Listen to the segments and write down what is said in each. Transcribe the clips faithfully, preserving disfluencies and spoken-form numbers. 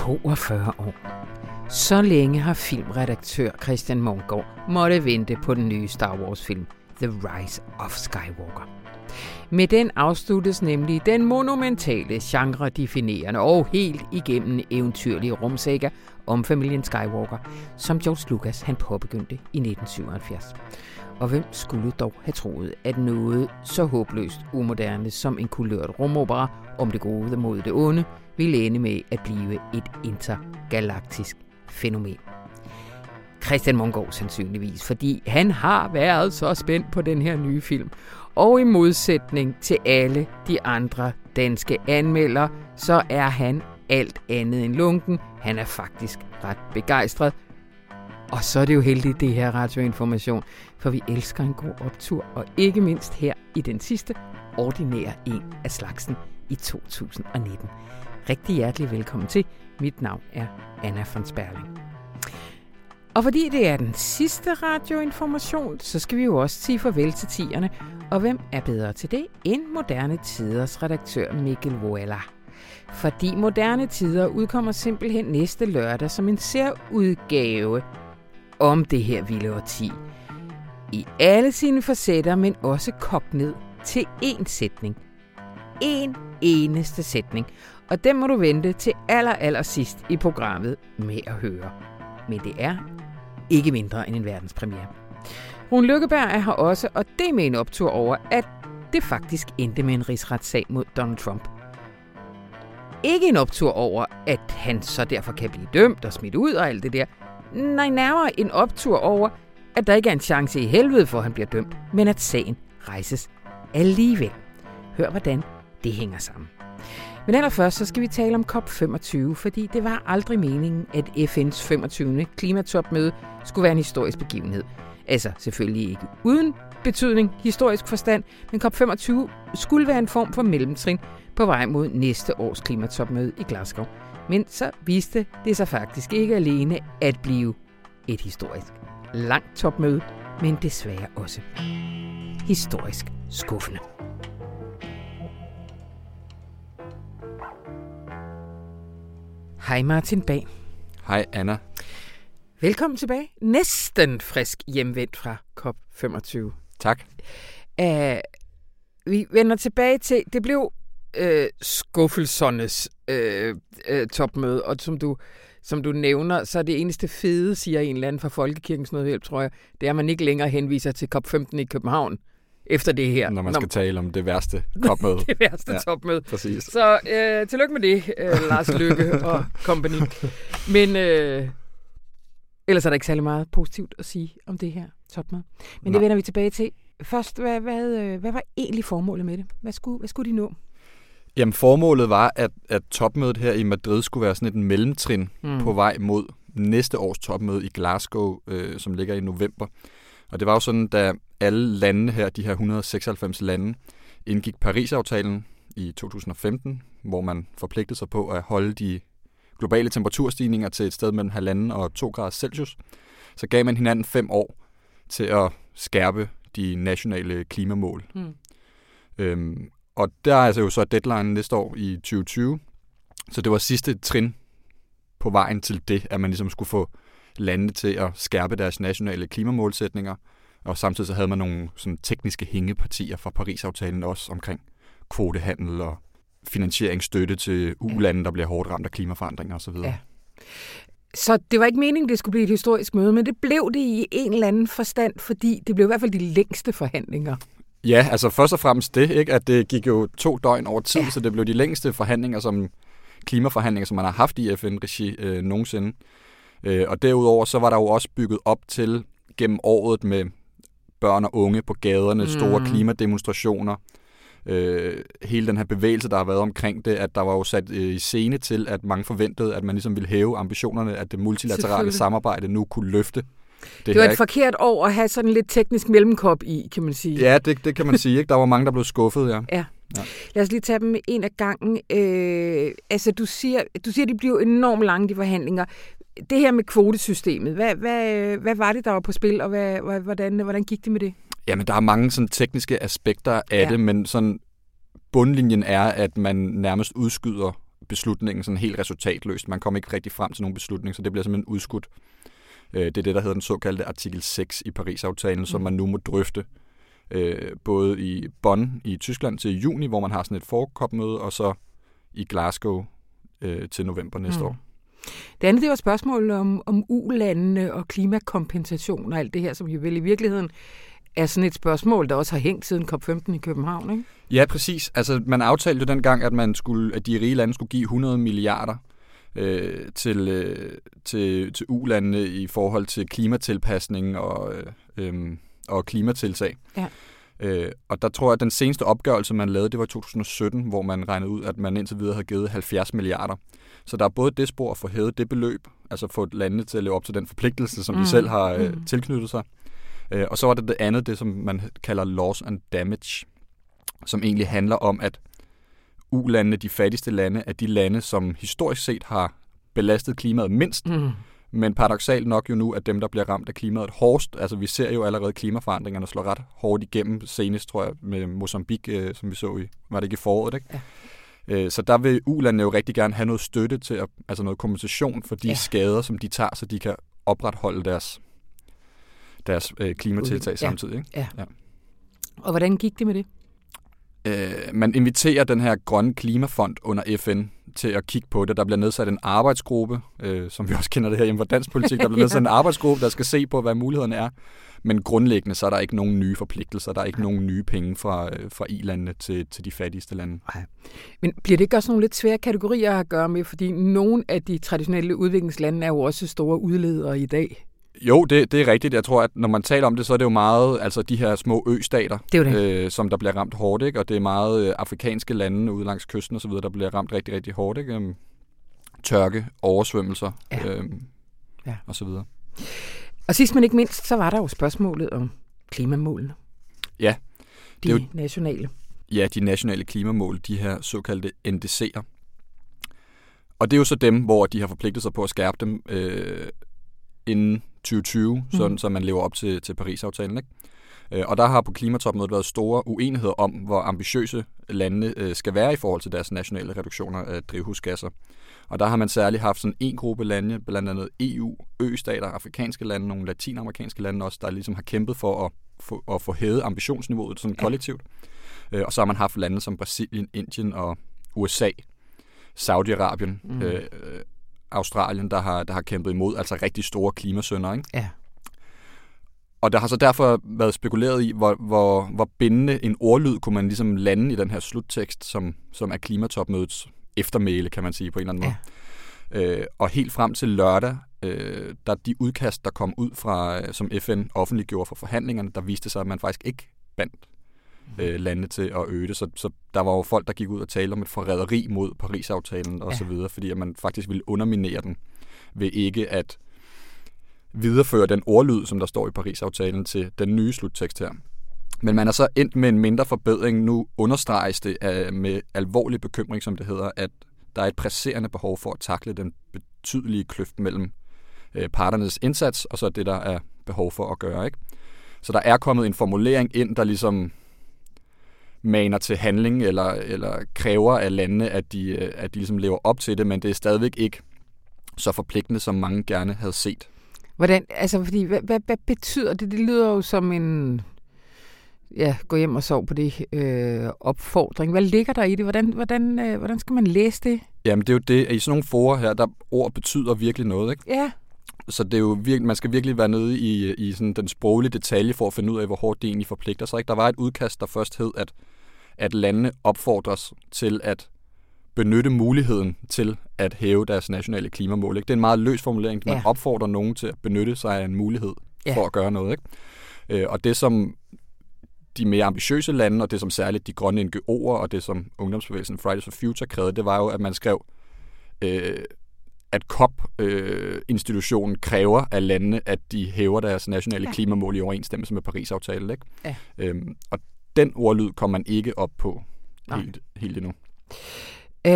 toogfyrre år. Så længe har filmredaktør Christian Mongård måtte vente på den nye Star Wars-film, The Rise of Skywalker. Med den afsluttes nemlig den monumentale, genre-definerende og helt igennem eventyrlige rumsaga om familien Skywalker, som George Lucas han påbegyndte i nitten syvoghalvfjerds. Og hvem skulle dog have troet, at noget så håbløst umoderne som en kulørt rumopera om det gode mod det onde, ville ende med at blive et intergalaktisk fænomen. Christian Mongård sandsynligvis, fordi han har været så spændt på den her nye film. Og i modsætning til alle de andre danske anmeldere, så er han alt andet end lunken. Han er faktisk ret begejstret. Og så er det jo heldigt, det her radioinformation, for vi elsker en god optur, og ikke mindst her i den sidste ordinære en af slagsen i to tusind nitten. Rigtig hjertelig velkommen til. Mit navn er Anna von Sperling. Og fordi det er den sidste radioinformation, så skal vi jo også sige farvel til tierne. Og hvem er bedre til det end Moderne Tiders redaktør Mikkel Voela? Fordi Moderne Tider udkommer simpelthen næste lørdag som en særudgave om det her vilde årti. I alle sine facetter, men også kogt ned til én sætning. En eneste sætning. Og den må du vente til aller, aller sidst i programmet med at høre. Men det er ikke mindre end en verdenspremiere. Rune Lykkeberg er her også, og det med en optur over, at det faktisk endte med en rigsretssag mod Donald Trump. Ikke en optur over, at han så derfor kan blive dømt og smidt ud og alt det der. Nej, nærmere en optur over, at der ikke er en chance i helvede for, at han bliver dømt, men at sagen rejses alligevel. Hør, hvordan det hænger sammen. Men allerførst så skal vi tale om COP femogtyve, fordi det var aldrig meningen, at F N's femogtyvende klimatopmøde skulle være en historisk begivenhed. Altså selvfølgelig ikke uden betydning, historisk forstand, men COP femogtyve skulle være en form for mellemtrin på vej mod næste års klimatopmøde i Glasgow. Men så viste det sig faktisk ikke alene at blive et historisk langt topmøde, men desværre også historisk skuffende. Hej Martin Bag. Hej Anna. Velkommen tilbage. Næsten frisk hjemvendt fra COP femogtyve. Tak. Uh, vi vender tilbage til, det blev uh, skuffelsernes uh, uh, topmøde, og som du, som du nævner, så er det eneste fede, siger en eller anden fra Folkekirkens Nødhjælp, tror jeg, det er, at man ikke længere henviser til COP femten i København efter det her. Når man skal Når... tale om det værste topmøde. det værste ja, topmøde. Præcis. Så øh, tillykke med det, øh, Lars Løkke og company. Men øh, ellers er der ikke særlig meget positivt at sige om det her topmøde. Men Nå. det vender vi tilbage til. Først, hvad, hvad, hvad var egentlig formålet med det? Hvad skulle, hvad skulle de nå? Jamen formålet var, at, at topmødet her i Madrid skulle være sådan et mellemtrin mm. på vej mod næste års topmøde i Glasgow, øh, som ligger i november. Og det var jo sådan, da alle landene her, de her et hundrede og seksoghalvfems lande, indgik Paris-aftalen i to tusind og femten, hvor man forpligtede sig på at holde de globale temperaturstigninger til et sted mellem halvanden og to grader Celsius. Så gav man hinanden fem år til at skærpe de nationale klimamål. Mm. Øhm, og der er altså jo så deadline næste år i tyve tyve. Så det var sidste trin på vejen til det, at man ligesom skulle få landene til at skærpe deres nationale klimamålsætninger. Og samtidig så havde man nogle sådan tekniske hængepartier fra Paris-aftalen også omkring kvotehandel og finansieringsstøtte til U-lande, der bliver hårdt ramt af klimaforandringer osv. Ja. Så det var ikke meningen, det skulle blive et historisk møde, men det blev det i en eller anden forstand, fordi det blev i hvert fald de længste forhandlinger. Ja, altså først og fremmest det, ikke, at det gik jo to døgn over tid, ja. Så det blev de længste forhandlinger, som klimaforhandlinger, som man har haft i F N-regi øh, nogensinde. Øh, og derudover så var der jo også bygget op til gennem året med børn og unge på gaderne, store mm. klimademonstrationer, øh, hele den her bevægelse, der har været omkring det, at der var jo sat øh, i scene til, at mange forventede, at man ligesom ville hæve ambitionerne, at det multilaterale samarbejde nu kunne løfte. Det, det var her, et ikke? forkert år at have sådan lidt teknisk mellemkop i, kan man sige. Ja, det, det kan man sige. Ikke? Der var mange, der blev skuffet, ja. ja. Ja. Lad os lige tage dem en af gangen. Øh, altså, du siger, du siger, at de blev enormt lange, de forhandlinger. Det her med kvotesystemet, hvad, hvad, hvad var det, der var på spil, og hvad, hvordan, hvordan gik det med det? Jamen, der er mange sådan tekniske aspekter af ja. det, men sådan bundlinjen er, at man nærmest udskyder beslutningen sådan helt resultatløst. Man kom ikke rigtig frem til nogen beslutning, så det bliver simpelthen udskudt. Øh, det er det, der hedder den såkaldte artikel seks i Paris-aftalen, mm. som man nu må drøfte. Øh, både i Bonn i Tyskland til juni, hvor man har sådan et forkopmøde, og så i Glasgow øh, til november næste mm. år. Det andet, det var et spørgsmål om, om U-landene og klimakompensation og alt det her, som jo vel i virkeligheden er sådan et spørgsmål, der også har hængt siden COP femten i København, ikke? Ja, præcis. Altså, man aftalte jo dengang, at, man skulle, at de rige lande skulle give hundrede milliarder øh, til, øh, til, til U-landene i forhold til klimatilpasning og, øh, øh, og klimatiltag. Ja. Øh, og der tror jeg, at den seneste opgørelse, man lavede, det var i to tusind og sytten, hvor man regnede ud, at man indtil videre havde givet halvfjerds milliarder. Så der er både det spor at få hævet det beløb, altså få landene til at leve op til den forpligtelse, som mm. de selv har øh, mm. tilknyttet sig. Øh, og så var det det andet, det som man kalder loss and damage, som egentlig handler om, at U-landene, de fattigste lande, er de lande, som historisk set har belastet klimaet mindst, mm. men paradoksalt nok jo nu, at dem, der bliver ramt af klimaet hårdest, altså vi ser jo allerede klimaforandringerne slå ret hårdt igennem, senest tror jeg med Mozambique, øh, som vi så i, var det ikke i foråret, ikke? Ja. Øh, så der vil U-landene jo rigtig gerne have noget støtte til, at, altså noget kompensation for de ja. skader, som de tager, så de kan opretholde deres, deres øh, klimatiltag ja. samtidig. Ikke? Ja. Ja. Og hvordan gik det med det? Øh, man inviterer den her grønne klimafond under F N til at kigge på det. Der bliver nedsat en arbejdsgruppe, øh, som vi også kender det her hjemme fra dansk politik. Der bliver nedsat ja. en arbejdsgruppe, der skal se på, hvad mulighederne er. Men grundlæggende så er der ikke nogen nye forpligtelser. Der er ikke ja. nogen nye penge fra, fra I-landene til, til de fattigste lande. Ja. Men bliver det ikke også nogle lidt svære kategorier at gøre med? Fordi nogle af de traditionelle udviklingslande er jo også store udledere i dag. Jo, det, det er rigtigt. Jeg tror, at når man taler om det, så er det jo meget altså de her små østater, det det. Øh, som der bliver ramt hårdt, ikke? Og det er meget øh, afrikanske lande ude langs kysten og så videre, der bliver ramt rigtig, rigtig hårdt, ikke? Um, tørke, oversvømmelser ja. øh, ja. og så videre. Og sidst men ikke mindst, så var der jo spørgsmålet om klimamålene. Ja. De det er jo, nationale. Ja, de nationale klimamål, de her såkaldte N D C'er. Og det er jo så dem, hvor de har forpligtet sig på at skærpe dem øh, inden tyve tyve, mm. sådan, så man lever op til, til Paris-aftalen. Ikke? Og der har på klimatopmødet været store uenigheder om, hvor ambitiøse landene øh, skal være i forhold til deres nationale reduktioner af drivhusgasser. Og der har man særligt haft sådan en gruppe lande, blandt andet E U, østater, afrikanske lande, nogle latinamerikanske lande også, der ligesom har kæmpet for at få, at få hævet ambitionsniveauet sådan kollektivt. Øh, og så har man haft lande som Brasilien, Indien og U S A, Saudi-Arabien, mm. øh, Australien, der har, der har kæmpet imod, altså rigtig store klimasynder, ikke? Ja. Og der har så derfor været spekuleret i, hvor, hvor, hvor bindende en ordlyd kunne man ligesom lande i den her sluttekst, som, som er klimatopmødets eftermæle, kan man sige på en eller anden måde. Ja. Øh, og helt frem til lørdag, øh, der de udkast, der kom ud fra, som F N offentliggjorde for forhandlingerne, der viste sig, at man faktisk ikke bandt øh, landene til at øge det. Så, så der var jo folk, der gik ud og talte om et forræderi mod Paris-aftalen og ja. så videre, fordi at man faktisk ville underminere den ved ikke at videreføre den ordlyd, som der står i Paris-aftalen til den nye sluttekst her. Men man er så endt med en mindre forbedring. Nu understreges det af, med alvorlig bekymring, som det hedder, at der er et presserende behov for at takle den betydelige kløft mellem øh, parternes indsats, og så det, der er behov for at gøre. Ikke? Så der er kommet en formulering ind, der ligesom maner til handling, eller, eller kræver af landene, at de, at de ligesom lever op til det, men det er stadigvæk ikke så forpligtende, som mange gerne havde set. Hvordan, altså, fordi, hvad, hvad, hvad betyder det? Det lyder jo som en, ja, gå hjem og sov på det, øh, opfordring. Hvad ligger der i det? Hvordan, hvordan, øh, hvordan skal man læse det? Jamen, det er jo det, at i sådan nogle forer her, der ord betyder virkelig noget, ikke? Ja. Så det er jo virkelig, man skal virkelig være nede i, i sådan den sproglige detalje for at finde ud af, hvor hårdt det egentlig forpligter sig. Ikke? Der var et udkast, der først hed, at, at landene opfordres til at benytte muligheden til at hæve deres nationale klimamål. Ikke? Det er en meget løs formulering. Man ja. opfordrer nogen til at benytte sig af en mulighed ja. for at gøre noget. Ikke? Og det, som de mere ambitiøse lande, og det, som særligt de grønne N G O'er, og det, som ungdomsbevægelsen Fridays for Future krævede, det var jo, at man skrev, øh, at C O P-institutionen øh, kræver af landene, at de hæver deres nationale ja. klimamål i overensstemmelse med Paris-aftalen. Ikke? Ja. Øhm, og den ordlyd kommer man ikke op på helt, helt endnu. Øh,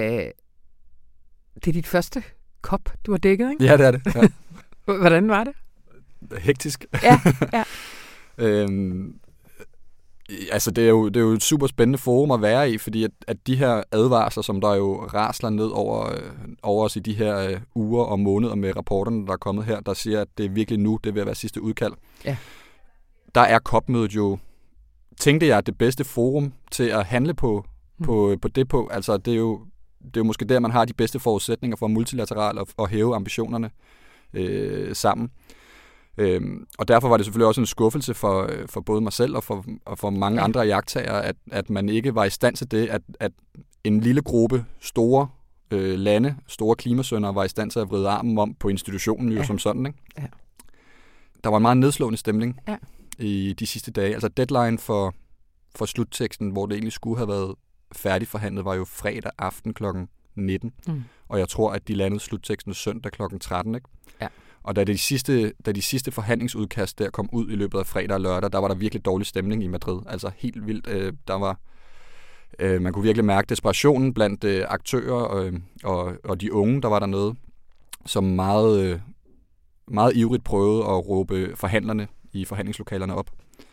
det er dit første C O P, du har dækket, ikke? Ja, det er det. Ja. Hvordan var det? Hektisk. Ja, ja. øhm, Altså, det er, jo, det er jo et super spændende forum at være i, fordi at, at de her advarsler, som der jo rasler ned over, øh, over os i de her øh, uger og måneder med rapporterne, der er kommet her, der siger, at det er virkelig nu, det vil være sidste udkald. Ja. Der er C O P-mødet jo, tænkte jeg, det bedste forum til at handle på, mm. på, på det på. Altså, det er, jo, det er jo måske der, man har de bedste forudsætninger for multilateralt at, at hæve ambitionerne øh, sammen. Øhm, og derfor var det selvfølgelig også en skuffelse for, for både mig selv og for, og for mange ja. andre iagttagere, at, at man ikke var i stand til det, at, at en lille gruppe store øh, lande, store klimasønder, var i stand til at vride armen om på institutionen jo ja. som sådan. Ikke? Ja. Der var en meget nedslående stemning ja. i de sidste dage. Altså deadline for, for slutteksten, hvor det egentlig skulle have været færdigforhandlet, var jo fredag aften klokken nitten. Mm. Og jeg tror, at de landede slutteksten søndag klokken tretten. Ikke? Ja. Og da de, sidste, da de sidste forhandlingsudkast der kom ud i løbet af fredag og lørdag, der var der virkelig dårlig stemning i Madrid. Altså helt vildt. Øh, der var, øh, man kunne virkelig mærke desperationen blandt øh, aktører og, og, og de unge, der var dernede, som meget, øh, meget ivrigt prøvede at råbe forhandlerne i forhandlingslokalerne op.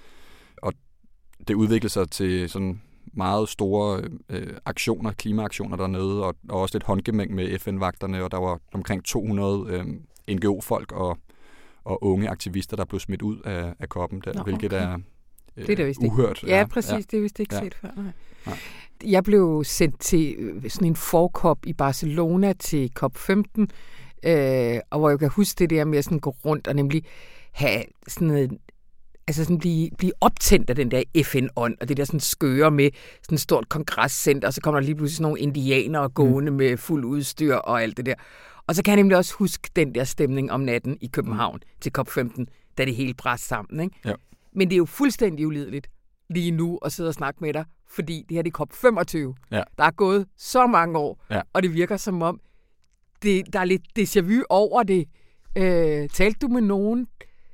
Og det udviklede sig til sådan meget store øh, aktioner, klimaaktioner dernede, og, og også lidt håndgemæng med F N-vagterne, og der var omkring to hundrede øh, N G O-folk og, og unge aktivister, der blev smidt ud af, af koppen der, Nå, hvilket okay. er øh, det er vist uhørt. Ja, ja, præcis. Ja. Det er vist ikke ja. set før. Nej. Nej. Jeg blev sendt til sådan en forkop i Barcelona til C O P femten, øh, og hvor jeg kan huske det der med at sådan gå rundt og nemlig have sådan noget, altså sådan blive, blive optændt af den der F N-ånd, og det der sådan skøre med sådan et stort kongresscenter, og så kommer der lige pludselig sådan nogle indianere gående mm. med fuld udstyr og alt det der. Og så kan jeg nemlig også huske den der stemning om natten i København mm. til C O P femten, da det hele brændte sammen. Ikke? Ja. Men det er jo fuldstændig ulideligt lige nu at sidde og snakke med dig, fordi det her det er C O P femogtyve. Ja. Der er gået så mange år, ja. og det virker som om, det, der er lidt déjà vu over det. Øh, talte du med nogen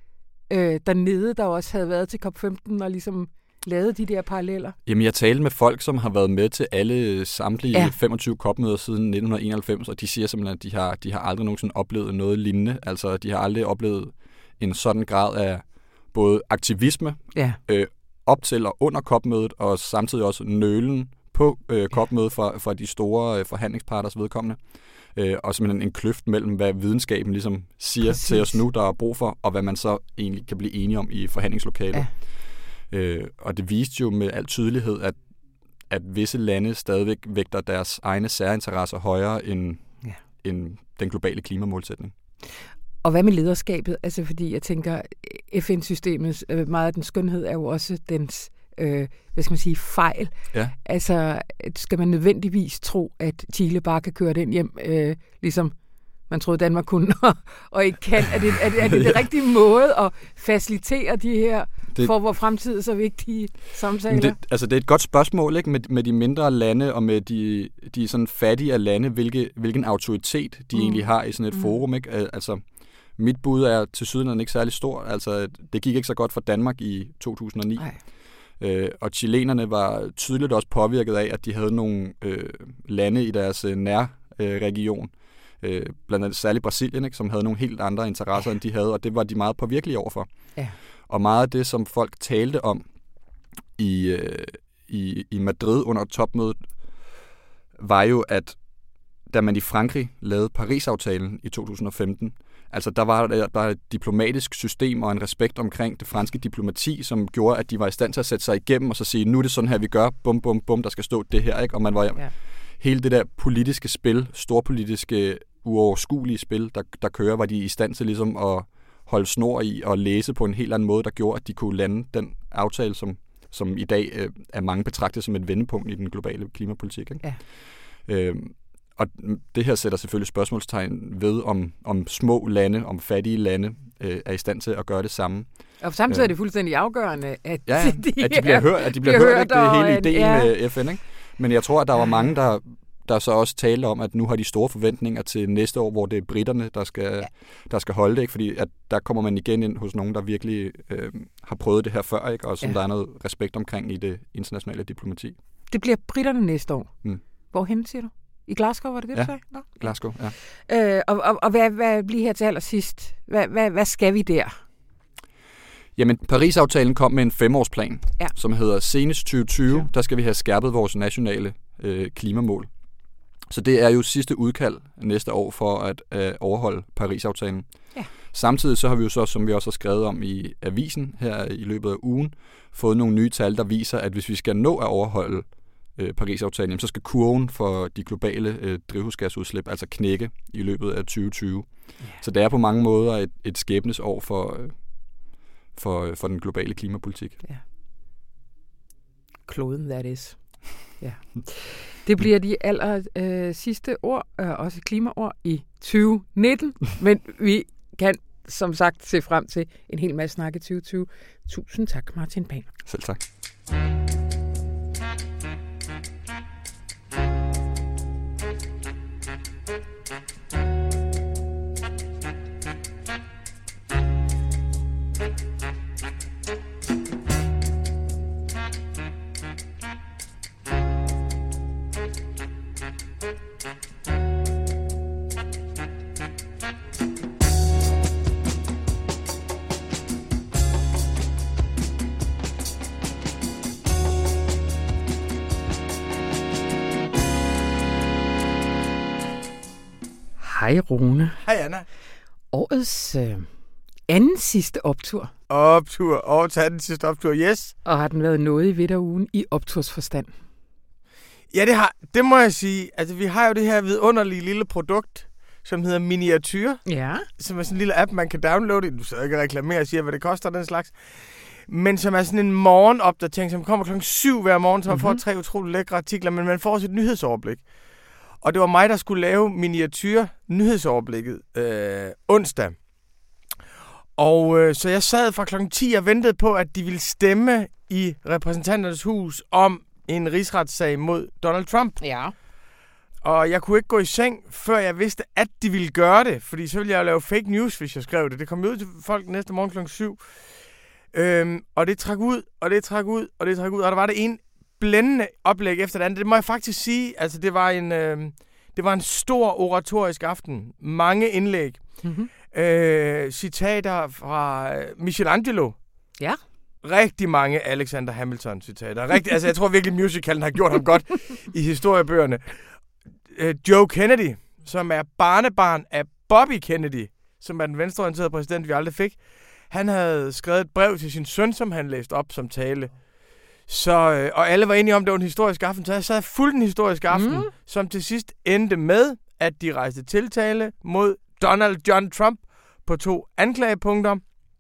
øh, dernede, der også havde været til C O P femten og ligesom lavet de der paralleller? Jamen, jeg talte med folk, som har været med til alle samtlige ja. femogtyve C O P-møder siden nitten enoghalvfems, og de siger simpelthen, at de har, de har aldrig nogensinde oplevet noget lignende. Altså, de har aldrig oplevet en sådan grad af både aktivisme ja. øh, op til og under C O P-mødet, og samtidig også nølen på øh, C O P-mødet fra, fra de store øh, forhandlingsparters vedkommende. Øh, og simpelthen en kløft mellem, hvad videnskaben ligesom siger Præcis. til os nu, der er brug for, og hvad man så egentlig kan blive enige om i forhandlingslokalet. Ja. Øh, og det viste jo med al tydelighed, at, at visse lande stadigvæk vægter deres egne særinteresser højere end, ja. end den globale klimamålsætning. Og hvad med lederskabet? Altså fordi jeg tænker, F N-systemets øh, meget af den skønhed er jo også dens øh, hvad skal man sige, fejl. Ja. Altså skal man nødvendigvis tro, at Chile bare kan køre den hjem, øh, ligesom man troede Danmark kunne, og ikke kan. Er det er det, er det, det rigtige måde at facilitere de her, det, for hvor fremtid så vigtige samtaler? Det, altså det er et godt spørgsmål, ikke? Med, med de mindre lande og med de, de sådan fattige lande, hvilke, hvilken autoritet de mm. egentlig har i sådan et mm. forum. Ikke? Altså mit bud er til syden ikke særlig stor. Altså det gik ikke så godt for Danmark i to tusind og ni. Øh, og chilenerne var tydeligt også påvirket af, at de havde nogle øh, lande i deres øh, nærregion, øh, blandt andet særligt Brasilien, ikke, som havde nogle helt andre interesser, ja. end de havde, og det var de meget påvirkelige overfor. Ja. Og meget af det, som folk talte om i, øh, i, i Madrid under topmødet, var jo, at da man i Frankrig lavede Paris-aftalen i to tusind og femten, altså der var der, der et diplomatisk system og en respekt omkring det franske diplomati, som gjorde, at de var i stand til at sætte sig igennem og så sige, nu er det sådan her, vi gør, bum, bum, bum, der skal stå det her, ikke? Og man var ja. hele det der politiske spil, storpolitiske, uoverskuelige spil, der, der kører, var de i stand til ligesom at holde snor i og læse på en helt anden måde, der gjorde, at de kunne lande den aftale, som, som i dag øh, er mange betragtet som et vendepunkt i den globale klimapolitik. Ikke? Ja. Øhm, Og det her sætter selvfølgelig spørgsmålstegn ved, om, om små lande, om fattige lande, øh, er i stand til at gøre det samme. Og samtidig er det fuldstændig afgørende, at, ja, de, at de bliver hørt. At de bliver, bliver hørt, ikke? Det er hele ideen ja. med F N. Ikke? Men jeg tror, at der var mange, der, der så også talte om, at nu har de store forventninger til næste år, hvor det er britterne, der skal, ja. der skal holde det. Ikke? Fordi at der kommer man igen ind hos nogen, der virkelig øh, har prøvet det her før, ikke? Og som ja. der er noget respekt omkring i det internationale diplomati. Det bliver britterne næste år. Mm. Hvorhen, siger du? I Glasgow, var det det, du ja, sagde? Nå? Glasgow, ja. Øh, og og, og hvad, hvad bliver her til allersidst? Hvad, hvad, hvad skal vi der? Jamen, Paris-aftalen kom med en femårsplan, ja. som hedder senest tyve tyve. Ja. Der skal vi have skærpet vores nationale øh, klimamål. Så det er jo sidste udkald næste år for at øh, overholde Paris-aftalen. Ja. Samtidig så har vi jo så, som vi også har skrevet om i avisen her i løbet af ugen, fået nogle nye tal, der viser, at hvis vi skal nå at overholde øh, Paris-aftalen, så skal kurven for de globale øh, drivhusgasudslip altså knække i løbet af tyve tyve. Ja. Så det er på mange måder et, et skæbnesår for, øh, for, for den globale klimapolitik. Ja. Kloden, that is. Ja. Det bliver de aller øh, sidste ord, øh, også klimaord, i tyve nitten, men vi kan som sagt se frem til en hel masse snak i tyve tyve. Tusind tak, Martin Pan. Selv tak. Hej Rune. Hej Anna. Årets øh, anden sidste optur. Optur. Årets anden sidste optur, yes. Og har den været noget i Vitterugen i optursforstand? Ja, det har. Det må jeg sige. Altså, vi har jo det her vidunderlige lille produkt, som hedder Miniature. Ja. Som er sådan en lille app, man kan downloade. Du sidder ikke og reklamerer og siger, hvad det koster, den slags. Men som er sådan en morgenopdatering, som kommer klokken syv hver morgen, så man mm-hmm. får tre utroligt lækre artikler, men man får også et nyhedsoverblik. Og det var mig, der skulle lave Miniature nyhedsoverblikket øh, onsdag. Og øh, så jeg sad fra klokken ti og ventede på, at de ville stemme i repræsentanternes hus om en rigsretssag mod Donald Trump. Ja. Og jeg kunne ikke gå i seng, før jeg vidste, at de ville gøre det. Fordi så ville jeg jo lave fake news, hvis jeg skrev det. Det kom ud til folk næste morgen klokken syv. Øhm, og det trak ud, og det trak ud, og det trak ud. Og der var det en blændende oplæg efter det andet. Det må jeg faktisk sige. Altså, det var en, øh, det var en stor oratorisk aften. Mange indlæg. Mm-hmm. Øh, citater fra Michelangelo. Ja. Rigtig mange Alexander Hamilton-citater. Rigtig, altså, jeg tror virkelig, musicalen har gjort ham godt i historiebøgerne. Øh, Joe Kennedy, som er barnebarn af Bobby Kennedy, som er den venstreorienterede præsident, vi aldrig fik. Han havde skrevet et brev til sin søn, som han læste op som tale. Så, øh, og alle var enige om, det var en historisk aften, så jeg sad fuldt en historisk aften, mm. som til sidst endte med, at de rejste tiltale mod Donald John Trump på to anklagepunkter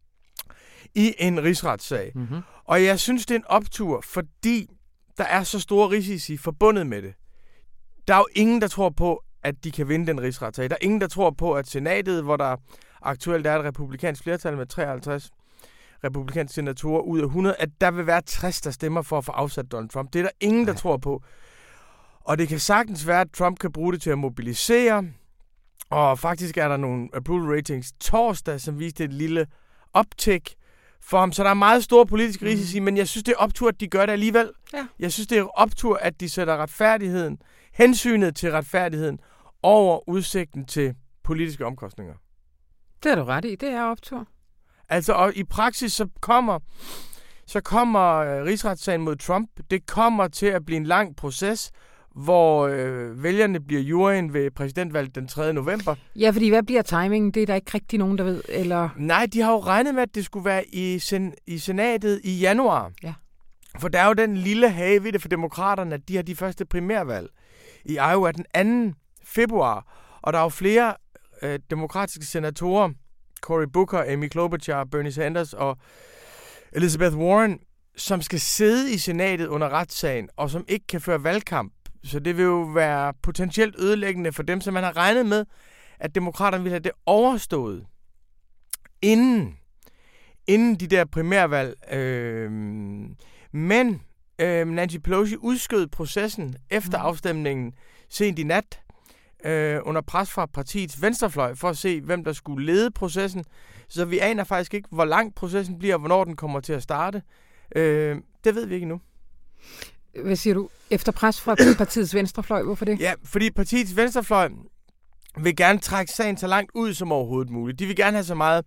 i en rigsretssag. Mm-hmm. Og jeg synes, det er en optur, fordi der er så store risici forbundet med det. Der er jo ingen, der tror på, at de kan vinde den rigsretssag. Der er ingen, der tror på, at senatet, hvor der aktuelt er et republikansk flertal med treoghalvtreds republikanske senatorer ud af hundrede, at der vil være tres, der stemmer for at få afsat Donald Trump. Det er der ingen, der Nej. tror på. Og det kan sagtens være, at Trump kan bruge det til at mobilisere. Og faktisk er der nogle approval ratings torsdag, som viste et lille uptick for ham. Så der er meget store politiske mm. risici, men jeg synes, det er optur, at de gør det alligevel. Ja. Jeg synes, det er optur, at de sætter retfærdigheden, hensynet til retfærdigheden, over udsigten til politiske omkostninger. Det er du ret i. Det er optur. Altså, og i praksis, så kommer, så kommer øh, rigsretssagen mod Trump. Det kommer til at blive en lang proces, hvor øh, vælgerne bliver juryen ved præsidentvalget den tredje november. Ja, fordi hvad bliver timingen? Det er der ikke rigtig nogen, der ved, eller? Nej, de har jo regnet med, at det skulle være i, sen, i senatet i januar. Ja. For der er jo den lille have ved det for demokraterne, at de har de første primærvalg i Iowa den anden februar. Og der er jo flere øh, demokratiske senatorer, Cory Booker, Amy Klobuchar, Bernie Sanders og Elizabeth Warren, som skal sidde i senatet under retssagen, og som ikke kan føre valgkamp. Så det vil jo være potentielt ødelæggende for dem, så man har regnet med, at demokraterne vil have det overstået, inden, inden de der primærvalg. Øh, men øh, Nancy Pelosi udskød processen efter mm. afstemningen sent i nat, Øh, under pres fra partiets venstrefløj, for at se, hvem der skulle lede processen. Så vi aner faktisk ikke, hvor lang processen bliver, og hvornår den kommer til at starte. Øh, det ved vi ikke endnu. Hvad siger du? Efter pres fra partiets venstrefløj, hvorfor det? Ja, fordi partiets venstrefløj vil gerne trække sagen så langt ud som overhovedet muligt. De vil gerne have så meget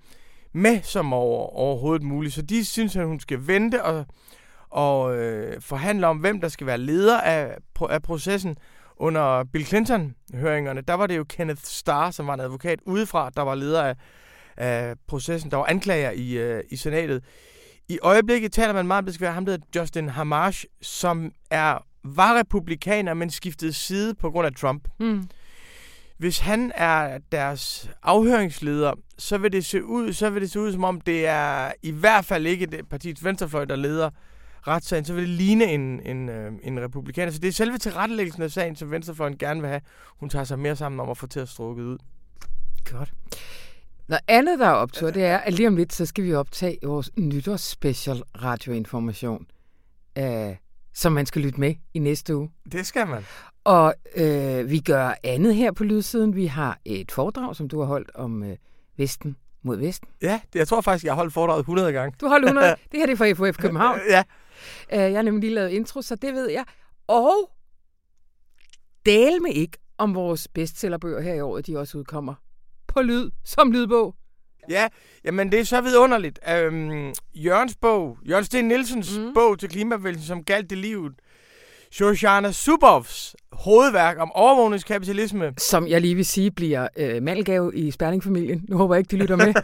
med som over, overhovedet muligt. Så de synes, at hun skal vente og, og øh, forhandle om, hvem der skal være leder af, af processen. Under Bill Clinton-høringerne, der var det jo Kenneth Starr, som var en advokat udefra, der var leder af, af processen. Der var anklager i, øh, i senatet. I øjeblikket taler man meget om, det skal være ham, der hedder Justin Amash, som er, var republikaner, men skiftede side på grund af Trump. Mm. Hvis han er deres afhøringsleder, så vil det se ud, så vil det se ud som om det er i hvert fald ikke det partiets venstrefløj, der leder retssagen, så vil det ligne en, en, en republikaner. Så det er selve tilrettelæggelsen af sagen, som venstrefløjen gerne vil have. Hun tager sig mere sammen om at få til at strukket ud. Godt. Noget andet, der er optur, det er, at lige om lidt, så skal vi optage vores nytårsspecial radioinformation, øh, som man skal lytte med i næste uge. Det skal man. Og øh, vi gør andet her på lydsiden. Vi har et foredrag, som du har holdt om øh, Vesten mod Vesten. Ja, det, jeg tror faktisk, jeg har holdt foredraget hundrede gange. Du har holdt hundrede? Det her det er fra F O F København. Ja. Uh, jeg har nemlig lige lavet intro, så det ved jeg. Og del med ikke, om vores bestsellerbøger her i året, de også udkommer på lyd, som lydbog. Ja, jamen det er så vidunderligt. Øhm, Jørgens bog, Jørgen Sten Nielsens mm. bog til klimabevægelsen, som galt det livet. Shoshana Zuboffs hovedværk om overvågningskapitalisme. Som jeg lige vil sige, bliver øh, mandelgave i Sperling-familien. Nu håber jeg ikke, de lytter med.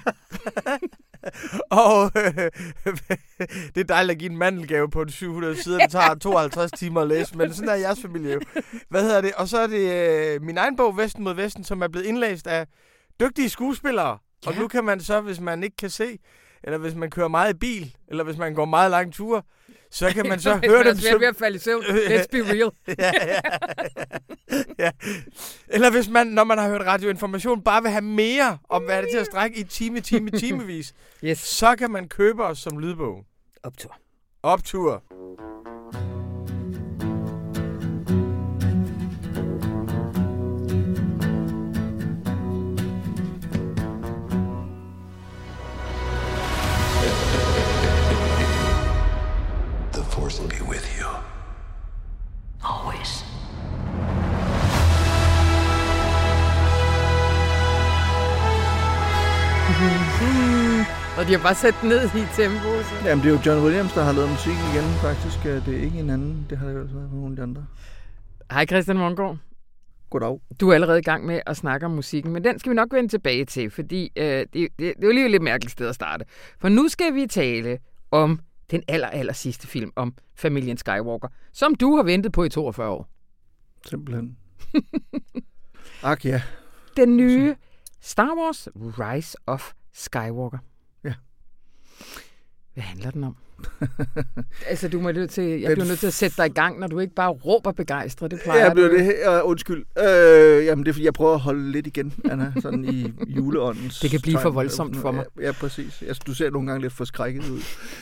Og øh, det er dejligt at give en mandelgave på syv hundrede sider. Det tager tooghalvtreds timer at læse, men sådan er jeres familie jo. Hvad hedder det? Og så er det øh, min egen bog, Vesten mod Vesten, som er blevet indlæst af dygtige skuespillere. Ja. Og nu kan man så, hvis man ikke kan se, eller hvis man kører meget i bil, eller hvis man går meget lange ture, så kan man så høre dem. Hvis man er ved at falde i søvn, let's be real. ja, ja, ja, ja. Eller hvis man, når man har hørt radioinformation, bare vil have mere om, hvad er det til at strække i time, time, timevis, yes. Så kan man købe os som lydbog. Optur. Optur. Force will be with you. Always. Og de har bare sat ned i tempo. Så. Jamen, det er jo John Williams, der har lavet musik igen, faktisk. Det er ikke en anden. Det har det jo været for nogle af de andre. Hej Christian Mongård. Goddag. Du er allerede i gang med at snakke om musikken, men den skal vi nok vende tilbage til, fordi øh, det, det, det er jo lige et lidt mærkeligt sted at starte. For nu skal vi tale om den aller, aller sidste film om familien Skywalker, som du har ventet på i toogfyrre år. Simpelthen. Ak ja. Den nye Star Wars Rise of Skywalker. Ja. Hvad handler den om? altså, du må nødt til, jeg bliver nødt til at sætte dig i gang, når du ikke bare råber begejstret. Det plejer jeg bliver du. Det her, uh, undskyld. Uh, jamen, det er fordi, jeg prøver at holde lidt igen, Anna, sådan i juleåndens. Det kan blive for voldsomt for mig. Ja, ja præcis. Altså, du ser nogle gange lidt forskrækket ud.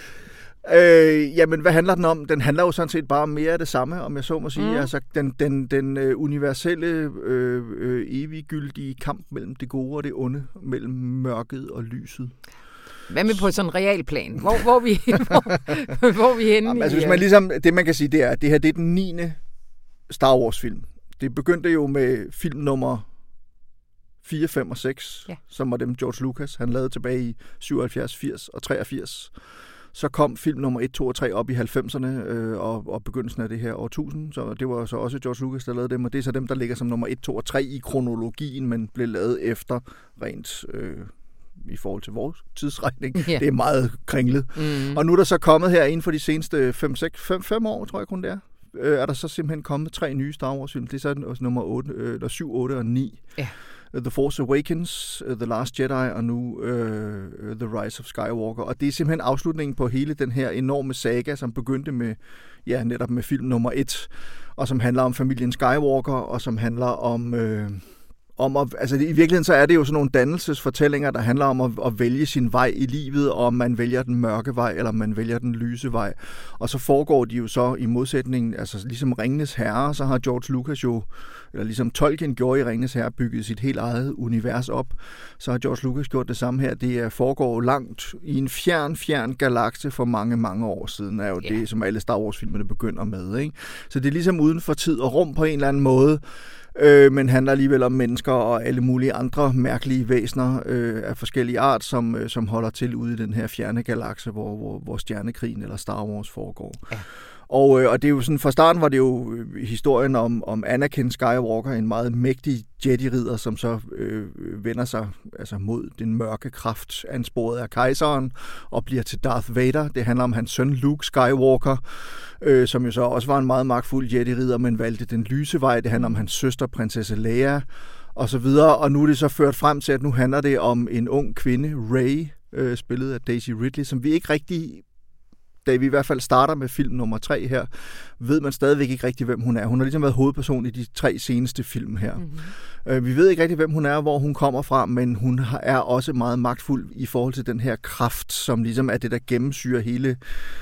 Øh, jamen, hvad handler den om? Den handler jo sådan set bare om mere af det samme, om jeg så må sige. Mm. Altså, den, den, den øh, universelle, øh, øh, eviggyldige kamp mellem det gode og det onde, mellem mørket og lyset. Hvad med på sådan en realplan? Hvor, hvor, vi, hvor, hvor er vi henne? Jamen, altså, hvis man ligesom, det man kan sige, det er, at det her det er den niende Star Wars-film. Det begyndte jo med film nummer fire, fem og seks, ja. Som var dem George Lucas, han lavede tilbage i syvoghalvfjerds, firs og treogfirs. Så kom film nummer et, to og tre op i halvfemserne øh, og, og begyndelsen af det her årtusind. Så det var så også George Lucas, der lavede dem, og det er så dem, der ligger som nummer et, to og tre i kronologien, men blev lavet efter rent øh, i forhold til vores tidsregning. Yeah. Det er meget kringlet. Mm. Og nu er der så kommet her inden for de seneste fem år, tror jeg kun det er, øh, er der så simpelthen kommet tre nye Star Wars-film. Det er så nummer otte, øh, syv, otte og ni. Yeah. The Force Awakens, uh, The Last Jedi og nu uh, The Rise of Skywalker. Og det er simpelthen afslutningen på hele den her enorme saga, som begyndte med, ja, netop med film nummer et, og som handler om familien Skywalker, og som handler om... Uh, om at, altså i virkeligheden så er det jo sådan nogle dannelsesfortællinger, der handler om at, at vælge sin vej i livet, og om man vælger den mørke vej, eller man vælger den lyse vej. Og så foregår de jo så i modsætning, altså ligesom Ringenes Herre, så har George Lucas jo, eller ligesom Tolkien gjorde i Ringenes Herre, bygget sit helt eget univers op. Så har George Lucas gjort det samme her. Det foregår langt i en fjern, fjern galakse for mange, mange år siden, er jo yeah. det, som alle Star Wars-filmerne begynder med. Ikke? Så det er ligesom uden for tid og rum på en eller anden måde. øh, men handler alligevel om mennesker og alle mulige andre mærkelige væsener øh, af forskellige art, som, øh, som holder til ude i den her fjerne galakse, hvor, hvor, hvor stjernekrigen eller Star Wars foregår. Ja. Og, øh, og det er jo sådan, fra starten var det jo historien om, om Anakin Skywalker, en meget mægtig Jedi-ridder, som så øh, vender sig altså mod den mørke kraft ansporet af kejseren og bliver til Darth Vader. Det handler om hans søn Luke Skywalker, øh, som jo så også var en meget magtfuld Jedi-ridder, men valgte den lyse vej. Det handler om hans søster, prinsesse Leia, og så videre. Og nu er det så ført frem til, at nu handler det om en ung kvinde, Rey, øh, spillet af Daisy Ridley, som vi ikke rigtig... Da vi i hvert fald starter med film nummer tre her, ved man stadigvæk ikke rigtig, hvem hun er. Hun har ligesom været hovedperson i de tre seneste film her. Mm-hmm. Vi ved ikke rigtig, hvem hun er, hvor hun kommer fra, men hun er også meget magtfuld i forhold til den her kraft, som ligesom er det, der gennemsyrer hele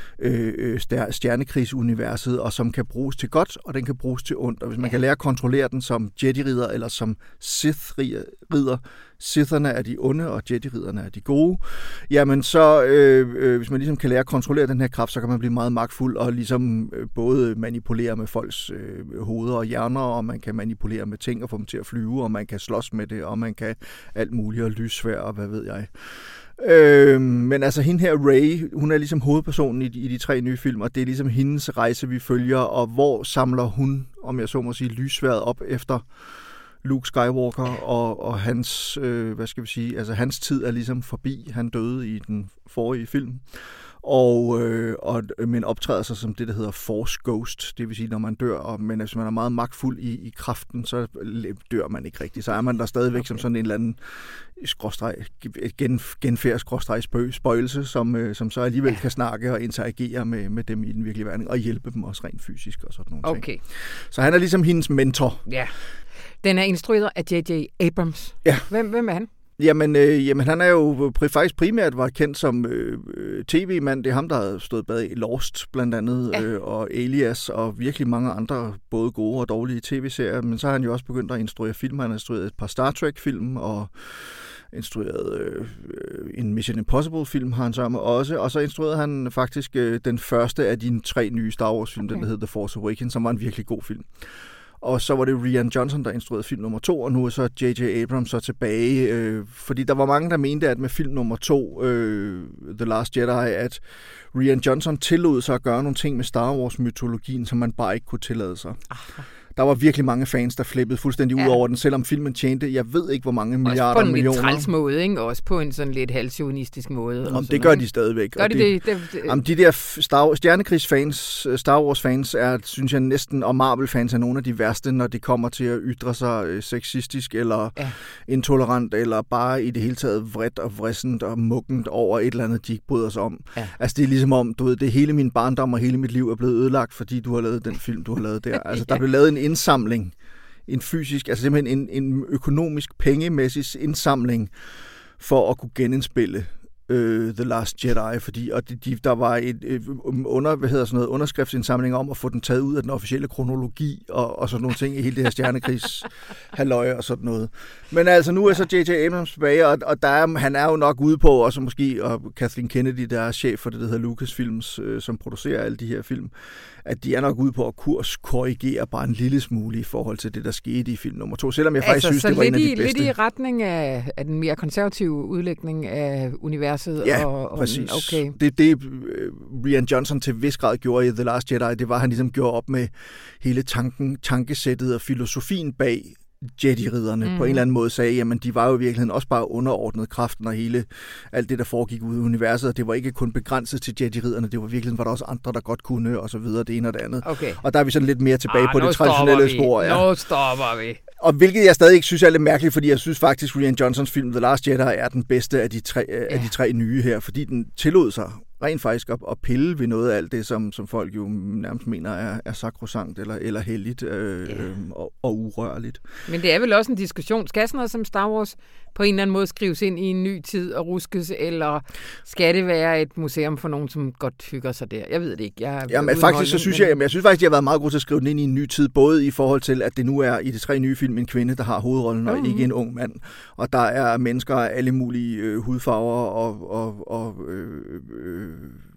øh, stjernekrigsuniverset, og som kan bruges til godt, og den kan bruges til ondt. Og hvis man kan lære at kontrollere den som Jedi-ridder eller som Sith-ridder, Sitherne er de onde, og Jedi-ridderne er de gode, jamen så, øh, øh, hvis man ligesom kan lære at kontrollere den her kraft, så kan man blive meget magtfuld og ligesom øh, både manipulere med folks øh, hoveder og hjerner, og man kan manipulere med ting og få dem til at flyve, og man kan slås med det, og man kan alt muligt, og lyssvær, og hvad ved jeg. Øh, men altså hende her, Rey, hun er ligesom hovedpersonen i de, i de tre nye film, og det er ligesom hendes rejse, vi følger, og hvor samler hun, om jeg så må sige, lyssværet op efter Luke Skywalker, og, og hans, øh, hvad skal vi sige, altså hans tid er ligesom forbi. Han døde i den forrige film, og, øh, og men optræder sig som det, der hedder Force Ghost, det vil sige, når man dør, og, men hvis man er meget magtfuld i, i kraften, så dør man ikke rigtigt. Så er man der stadigvæk okay. som sådan en eller anden skråstreg, gen, genfærd skråstreg spøgelse, som, øh, som så alligevel kan snakke og interagere med, med dem i den virkelige verden, og hjælpe dem også rent fysisk og sådan nogle okay. ting. Så han er ligesom hendes mentor. Ja. Den er instrueret af J J Abrams. Ja. Hvem, hvem er han? Jamen, øh, jamen, han er jo pr- faktisk primært var kendt som øh, tv-mand. Det er ham, der har stået bag Lost, blandt andet, ja. øh, og Alias, og virkelig mange andre, både gode og dårlige tv-serier. Men så har han jo også begyndt at instruere film. Han har instrueret et par Star Trek-film, og instrueret øh, en Mission Impossible-film har han så med også. Og så instruerede han faktisk øh, den første af de tre nye Star Wars-film, okay. den der hedder The Force Awakens, som var en virkelig god film. Og så var det Rian Johnson, der instruerede film nummer to, og nu er så J J Abrams så tilbage. Øh, fordi der var mange, der mente, at med film nummer to, øh, The Last Jedi, at Rian Johnson tillod sig at gøre nogle ting med Star Wars-mytologien, som man bare ikke kunne tillade sig. Aha. Der var virkelig mange fans, der flippede fuldstændig ja. ud over den, selvom filmen tjente, jeg ved ikke, hvor mange milliarder millioner. Også på en lidt træls måde, ikke? Også på en sådan lidt halvsjovinistisk måde. Om det gør noget. De stadigvæk. Gør de det? det, det, det de der Star, stjernekrigsfans, Star Wars-fans, er, synes jeg næsten, og Marvel-fans er nogle af de værste, når de kommer til at ytre sig sexistisk, eller ja. intolerant, eller bare i det hele taget vredt og vrissent og muggent over et eller andet, de ikke bryder sig om. Ja. Altså det er ligesom om, du ved, det hele min barndom og hele mit liv er blevet ødelagt, fordi du har lavet den film, du har lavet der. Altså der blev lavet en indsamling, en fysisk, altså simpelthen en, en økonomisk, pengemæssig indsamling for at kunne genindspille uh, The Last Jedi, fordi og de, de, der var et, et under, hvad hedder sådan noget, underskriftsindsamling om at få den taget ud af den officielle kronologi og, og sådan nogle ting i hele det her stjernekrigs halløje og sådan noget. Men altså nu er så J J Abrams tilbage, og, og der er, han er jo nok ude på, også måske, og Kathleen Kennedy, der er chef for det, der hedder Lucasfilms, øh, som producerer alle de her film, at de er nok ude på at kurskorrigere bare en lille smule i forhold til det, der skete i film nummer to, selvom jeg faktisk altså, synes, det var en af de bedste. Lidt i retning af, af den mere konservative udlægning af universet. Ja, og, og, præcis. Okay. Det, det Rian Johnson til vis grad gjorde i The Last Jedi, det var, at han ligesom gjorde op med hele tanken, tankesættet og filosofien bag Jedi-ridderne mm. på en eller anden måde sagde, jamen de var jo i virkeligheden også bare underordnet kraften og hele alt det, der foregik ude i universet, og det var ikke kun begrænset til Jedi-ridderne, det var i virkeligheden var der også andre, der godt kunne, og så videre, det ene og det andet. Okay. Og der er vi sådan lidt mere tilbage ah, på det traditionelle spor. Ja. Nu stopper vi. Og hvilket jeg stadig ikke synes er lidt mærkeligt, fordi jeg synes faktisk, Rian Johnsons film The Last Jedi er den bedste af de tre, ja. af de tre nye her, fordi den tillod sig rent faktisk at, at pille ved noget af alt det, som, som folk jo nærmest mener er, er sakrosankt eller, eller helligt øh, yeah. øh, og, og urørligt. Men det er vel også en diskussion. Skal sådan noget som Star Wars på en eller anden måde skrives ind i en ny tid og ruskes, eller skal det være et museum for nogen, som godt hygger sig der? Jeg ved det ikke. Jeg jamen faktisk så synes men... jeg, jamen, jeg synes faktisk, de har været meget gode til at skrive den ind i en ny tid, både i forhold til, at det nu er i de tre nye film en kvinde, der har hovedrollen, og mm-hmm. ikke en ung mand. Og der er mennesker af alle mulige øh, hudfarver og, og, og øh, øh,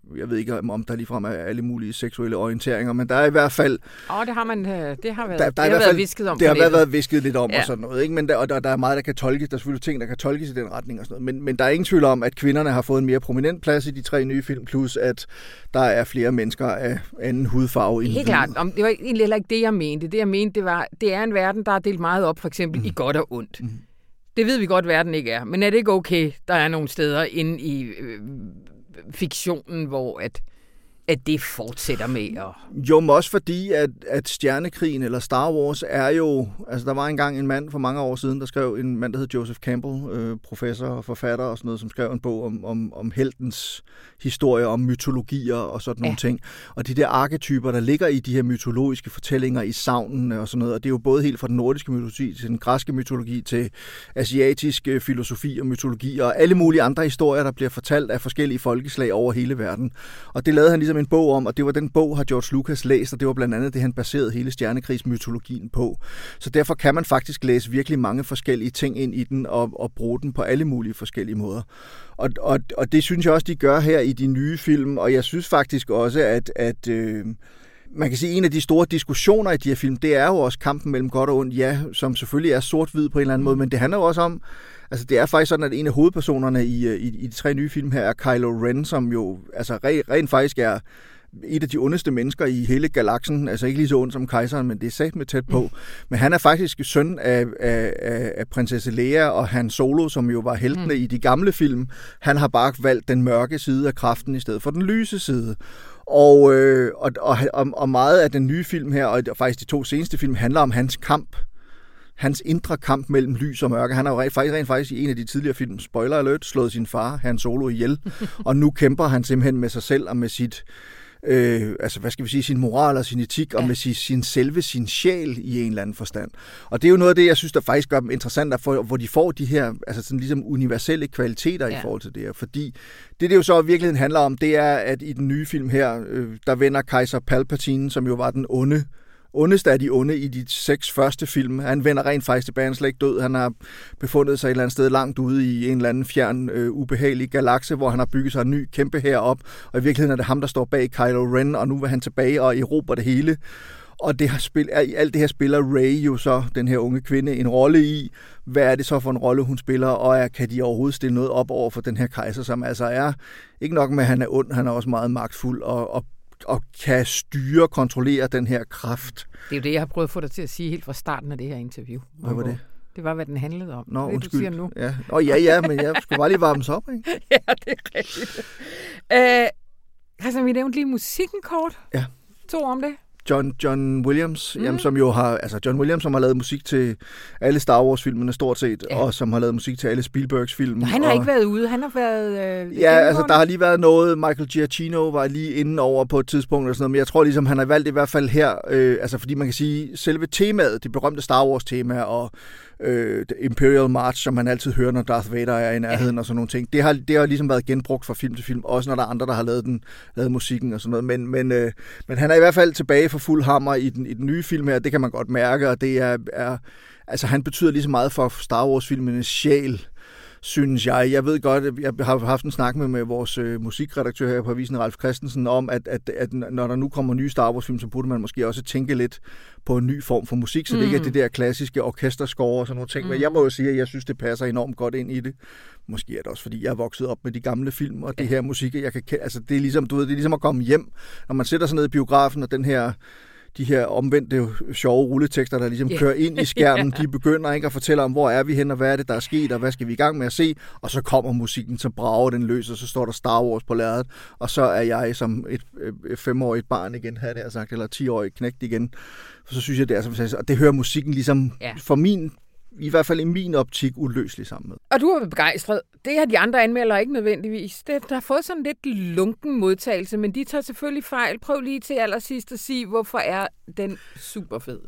jeg ved ikke, om der ligefrem er alle mulige seksuelle orienteringer, men der er i hvert fald... Åh, oh, det har man, det har været, der, der det har været fald, visket om. Det har været, været visket lidt om ja. og sådan noget, ikke? Men der, og der, der er meget, der kan tolkes. Der er selvfølgelig ting, der kan tolkes i den retning og sådan noget. Men, men der er ingen tvivl om, at kvinderne har fået en mere prominent plads i de tre nye film, plus at der er flere mennesker af anden hudfarve. Helt klart. Om, det var egentlig heller ikke det, jeg mente. Det, jeg mente, det var, det er en verden, der er delt meget op, for eksempel mm. i godt og ondt. Mm. Det ved vi godt, verden ikke er. Men er det ikke okay, der er nogle steder inde i øh, fiktionen, hvor at, at det fortsætter med at... Jo, men også fordi, at, at Stjernekrigen eller Star Wars er jo... Altså, der var engang en mand for mange år siden, der skrev en mand, der hed Joseph Campbell, øh, professor og forfatter og sådan noget, som skrev en bog om, om, om heltens historie, om mytologier og sådan nogle ja. ting. Og de der arketyper, der ligger i de her mytologiske fortællinger i savnene og sådan noget, og det er jo både helt fra den nordiske mytologi til den græske mytologi til asiatisk filosofi og mytologi og alle mulige andre historier, der bliver fortalt af forskellige folkeslag over hele verden. Og det lavede han ligesom en bog om, og det var den bog, har George Lucas læst, og det var blandt andet det, han baserede hele stjernekrigsmytologien på. Så derfor kan man faktisk læse virkelig mange forskellige ting ind i den og, og bruge den på alle mulige forskellige måder. Og, og, og det synes jeg også, de gør her i de nye film, og jeg synes faktisk også, at, at øh, man kan sige, at en af de store diskussioner i de her film, det er jo også kampen mellem godt og ondt, ja, som selvfølgelig er sort-hvid på en eller anden måde, men det handler jo også om, altså det er faktisk sådan, at en af hovedpersonerne i, i, i de tre nye film her er Kylo Ren, som jo altså rent, rent faktisk er et af de ondeste mennesker i hele galaksen, altså ikke lige så ondt som kejseren, men det er sat med tæt på. Mm. Men han er faktisk søn af, af, af prinsesse Leia og Han Solo, som jo var heltene mm. i de gamle film. Han har bare valgt den mørke side af kraften i stedet for den lyse side. Og, øh, og, og, og meget af den nye film her, og faktisk de to seneste film, handler om hans kamp. Hans indre kamp mellem lys og mørke. Han har jo rent faktisk, rent faktisk i en af de tidligere film, spoiler alert, slået sin far, Han Solo, ihjel. Og nu kæmper han simpelthen med sig selv og med sit... Øh, altså, hvad skal vi sige, sin moral og sin etik, ja. og med sin, sin selve, sin sjæl i en eller anden forstand. Og det er jo noget af det, jeg synes, der faktisk gør dem interessant, for, hvor de får de her, altså sådan ligesom universelle kvaliteter ja. i forhold til det her. Fordi det, det jo så i virkeligheden handler om, det er, at i den nye film her, øh, der vender kejser Palpatine, som jo var den onde, ondeste af de onde i de seks første film. Han vender rent faktisk tilbage, han er slet ikke død. Han har befundet sig et eller andet sted langt ude i en eller anden fjern, øh, ubehagelig galakse, hvor han har bygget sig en ny kæmpe hær op. Og i virkeligheden er det ham, der står bag Kylo Ren, og nu vil han tilbage og erobre det hele. Og det har spil, alt det her spiller Rey jo så, den her unge kvinde, en rolle i. Hvad er det så for en rolle, hun spiller, og er, kan de overhovedet stille noget op over for den her kejser, som altså er, ikke nok med, at han er ond, han er også meget magtfuld og, og og kan styre og kontrollere den her kraft. Det er jo det, jeg har prøvet at få dig til at sige helt fra starten af det her interview. Hvad var det? Det var, hvad den handlede om. Nå, det, undskyld. du siger nu. Ja. Nå, ja, ja, men jeg skulle bare lige varme op, ikke? Ja, det er rigtigt. Øh, Christian, vi nævnte lige musikken kort. Ja. To om det. John, John Williams, mm. jamen, som jo har, altså John Williams, som har lavet musik til alle Star Wars-filmene stort set, ja. og som har lavet musik til alle Spielbergs film. Han har og, ikke været ude, han har været... Øh, ja, altså der har lige været noget, Michael Giacchino var lige inde over på et tidspunkt, og sådan noget, men jeg tror ligesom, han har valgt i hvert fald her, øh, altså fordi man kan sige, selve temaet, det berømte Star Wars-tema, og øh, Imperial March, som man altid hører, når Darth Vader er i nærheden ja. og sådan nogle ting, det har, det har ligesom været genbrugt fra film til film, også når der er andre, der har lavet, den, lavet musikken og sådan noget, men, men, øh, men han er i hvert fald tilbage for fuld hammer i den, i den nye film her, det kan man godt mærke, og det er, er altså han betyder lige så meget for Star Wars-filmenes sjæl, synes jeg. Jeg ved godt, jeg har haft en snak med, med vores øh, musikredaktør her på avisen, Ralf Christensen, om, at, at, at når der nu kommer nye Star Wars-film, så burde man måske også tænke lidt på en ny form for musik, så mm. det ikke er det der klassiske orkesterscore og sådan nogle ting. Mm. Men jeg må jo sige, at jeg synes, det passer enormt godt ind i det. Måske er det også, fordi jeg er vokset op med de gamle film, og det her musik, jeg kan, altså det er ligesom, du ved, det er ligesom at komme hjem, når man sætter sig ned i biografen, og den her de her omvendte sjove rulletekster, der ligesom yeah. kører ind i skærmen, de begynder ikke at fortælle om, hvor er vi hen, og hvad er det, der er sket, og hvad skal vi i gang med at se, og så kommer musikken, så brager den løs, og så står der Star Wars på lærredet, og så er jeg som et, et femårigt barn igen, havde jeg sagt, eller tiårig knægt igen, så synes jeg, det er så fantastisk, og det hører musikken ligesom, yeah. for min i hvert fald i min optik, uløselig sammen med. Og du har været begejstret. Det har de andre anmeldere ikke nødvendigvis. Det, der har fået sådan lidt lunken modtagelse, men de tager selvfølgelig fejl. Prøv lige til allersidst at sige, hvorfor er den super fed?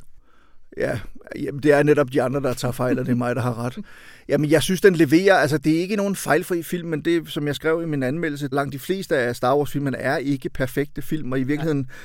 Ja, jamen det er netop de andre, der tager fejl, og det er mig, der har ret. Jamen jeg synes, den leverer, altså det er ikke nogen fejlfri film, men det, som jeg skrev i min anmeldelse, langt de fleste af Star Wars-filmene er ikke perfekte film, og i virkeligheden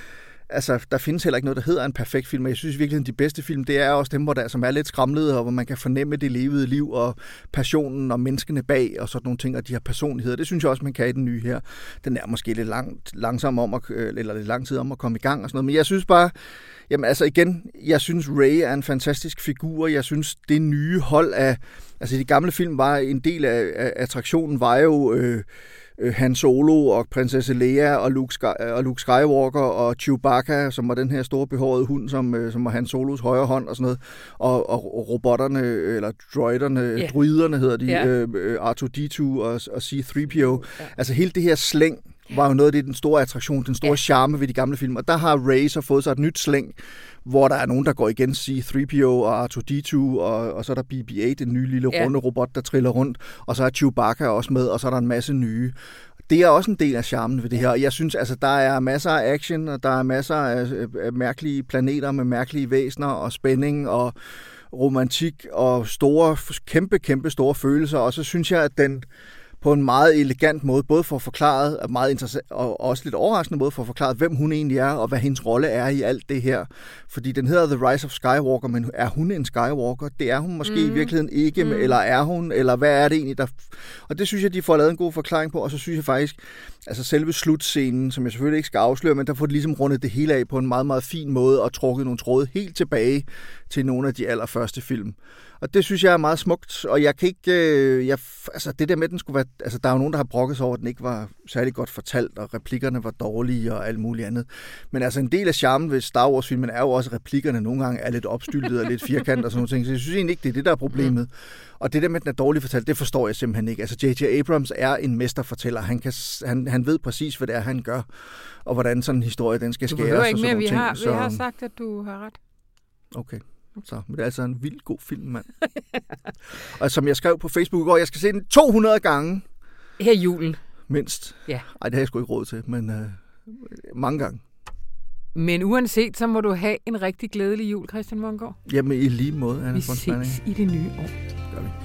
altså, der findes heller ikke noget, der hedder en perfekt film, og jeg synes virkelig, at de bedste film, det er også dem, hvor der, som er lidt skramlede, og hvor man kan fornemme det levede liv, og passionen, og menneskene bag, og sådan nogle ting, og de her personligheder. Det synes jeg også, man kan i den nye her. Den er måske lidt langt, langsom om, at, eller lidt lang tid om at komme i gang, og sådan noget, men jeg synes bare, jamen altså igen, jeg synes Rey er en fantastisk figur, jeg synes, det nye hold af, altså de gamle film var en del af, af attraktionen, var jo øh, Han Solo og prinsesse Leia og Luke, Sky, og Luke Skywalker og Chewbacca, som var den her store behårede hund, som, som var Han Solos højre hånd og sådan noget, og, og robotterne, eller droiderne, yeah. druiderne hedder de, yeah. øh, R to D to og, og C three P O. Yeah. Altså hele det her slæng var jo noget af det, den store attraktion, den store yeah. charme ved de gamle film, og der har Rey så fået sig et nyt slæng, hvor der er nogen, der går igen, C three P O og R to D to, og, og så er der B B eight, den nye lille yeah. runde robot, der triller rundt, og så er Chewbacca også med, og så er der en masse nye. Det er også en del af charmen ved det her, og jeg synes, altså, der er masser af action, og der er masser af, af mærkelige planeter med mærkelige væsener, og spænding, og romantik, og store, kæmpe, kæmpe store følelser, og så synes jeg, at den på en meget elegant måde, både for at forklare, meget interessant, og også lidt overraskende måde, for at forklare, hvem hun egentlig er, og hvad hendes rolle er i alt det her. Fordi den hedder The Rise of Skywalker, men er hun en Skywalker? Det er hun måske mm. i virkeligheden ikke, mm. eller er hun, eller hvad er det egentlig, der... Og det synes jeg, de får lavet en god forklaring på, og så synes jeg faktisk, altså selve slutscenen, som jeg selvfølgelig ikke skal afsløre, men der får de ligesom rundet det hele af på en meget, meget fin måde, og trukket nogle tråde helt tilbage til nogle af de allerførste film. Og det synes jeg er meget smukt, og jeg kan ikke, øh, jeg, altså det der med, den skulle være, altså der er jo nogen, der har brokket sig over, at den ikke var særlig godt fortalt, og replikkerne var dårlige og alt muligt andet. Men altså en del af charmen ved Star Wars-filmen er jo også, at replikkerne nogle gange er lidt opstyltet og lidt firkantet og sådan noget ting, så jeg synes egentlig ikke, det er det, der er problemet. Og det der med, at den er dårligt fortalt, det forstår jeg simpelthen ikke. Altså J J Abrams er en mesterfortæller, han, kan, han, han ved præcis, hvad det er, han gør, og hvordan sådan en historie, den skal skæres. Du behøver ikke mere, vi ting, har, så... vi har sagt, at du har ret. Okay. Så, men det er altså en vild god film, mand. Og som jeg skrev på Facebook i går, jeg skal se den to hundrede gange. Her i julen. Mindst. Ja. Ej, det har jeg sgu ikke råd til, men øh, mange gange. Men uanset, så må du have en rigtig glædelig jul, Christian Mongård. Jamen i lige måde, Anna. Vi ses i det nye år. Gør vi.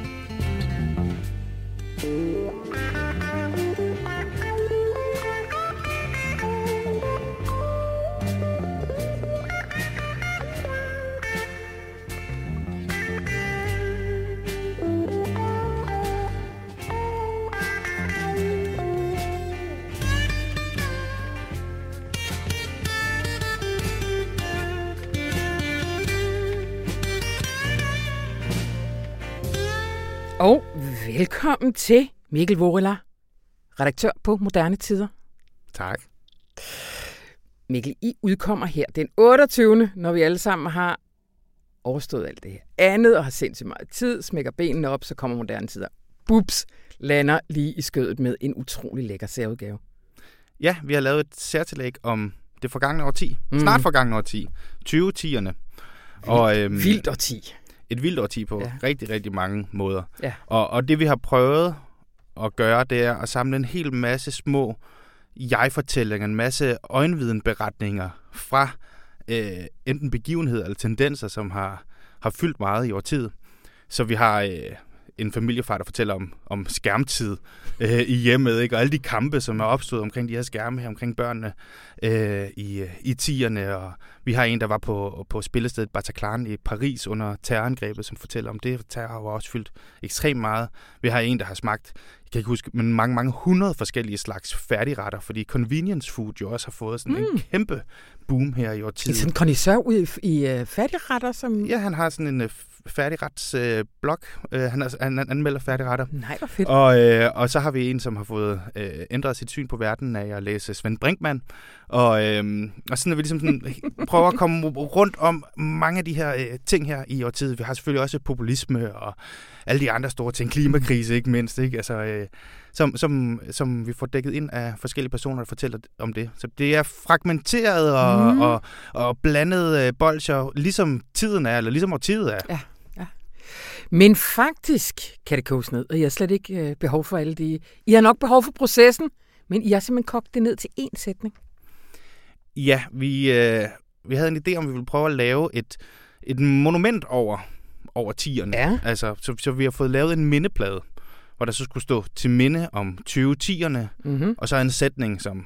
Og velkommen til Mikkel Vorela, redaktør på Moderne Tider. Tak. Mikkel, I udkommer her den otteogtyvende, når vi alle sammen har overstået alt det her andet og har sindssygt meget tid, smækker benene op, så kommer Moderne Tider. Bups, lander lige i skødet med en utrolig lækker særudgave. Ja, vi har lavet et særtillæg om det forgangne årti. Mm. Snart forgangne årti. tyve-tierne. Og, øhm, vildt årti. Et vildt årti på ja. rigtig, rigtig mange måder. Ja. Og, og det vi har prøvet at gøre, det er at samle en hel masse små jeg-fortællinger, en masse øjenvidenberetninger fra øh, enten begivenheder eller tendenser, som har, har fyldt meget i årtiet. Så vi har øh, en familiefar, der fortæller om, om skærmtid øh, i hjemmet, ikke? Og alle de kampe, som er opstået omkring de her skærme her, omkring børnene øh, i, i tierne. Og vi har en, der var på, på spillestedet Bataclan i Paris under terrorangrebet, som fortæller om det. Terror har også fyldt ekstremt meget. Vi har en, der har smagt, jeg kan ikke huske, men mange, mange hundrede forskellige slags færdigretter, fordi convenience food jo også har fået sådan mm. en kæmpe boom her i årtiet. Sådan en kondisør ud i, i uh, færdigretter? Som... Ja, han har sådan en uh, færdigretsblog. Uh, han, han anmelder færdigretter. Nej, hvor fedt. Og, uh, og så har vi en, som har fået uh, ændret sit syn på verden af at læse Svend Brinkmann. Og, uh, og sådan at vi ligesom sådan, prøver at komme rundt om mange af de her uh, ting her i årtiet. Vi har selvfølgelig også populisme og alle de andre store ting. Klimakrise ikke mindst. Ikke? Altså, uh, som, som, som vi får dækket ind af forskellige personer, der fortæller om det. Så det er fragmenteret og, mm. og, og blandet uh, bolsjer, ligesom tiden er, eller ligesom årtiet er. Ja. Men faktisk kan det koges ned, og I har slet ikke øh, behov for alle de... I har nok behov for processen, men I har simpelthen kogt det ned til én sætning. Ja, vi, øh, vi havde en idé om, vi ville prøve at lave et, et monument over, over tierne. Ja. Altså, så, så vi har fået lavet en mindeplade, hvor der så skulle stå til minde om tyve-tierne, mm-hmm. og så en sætning, som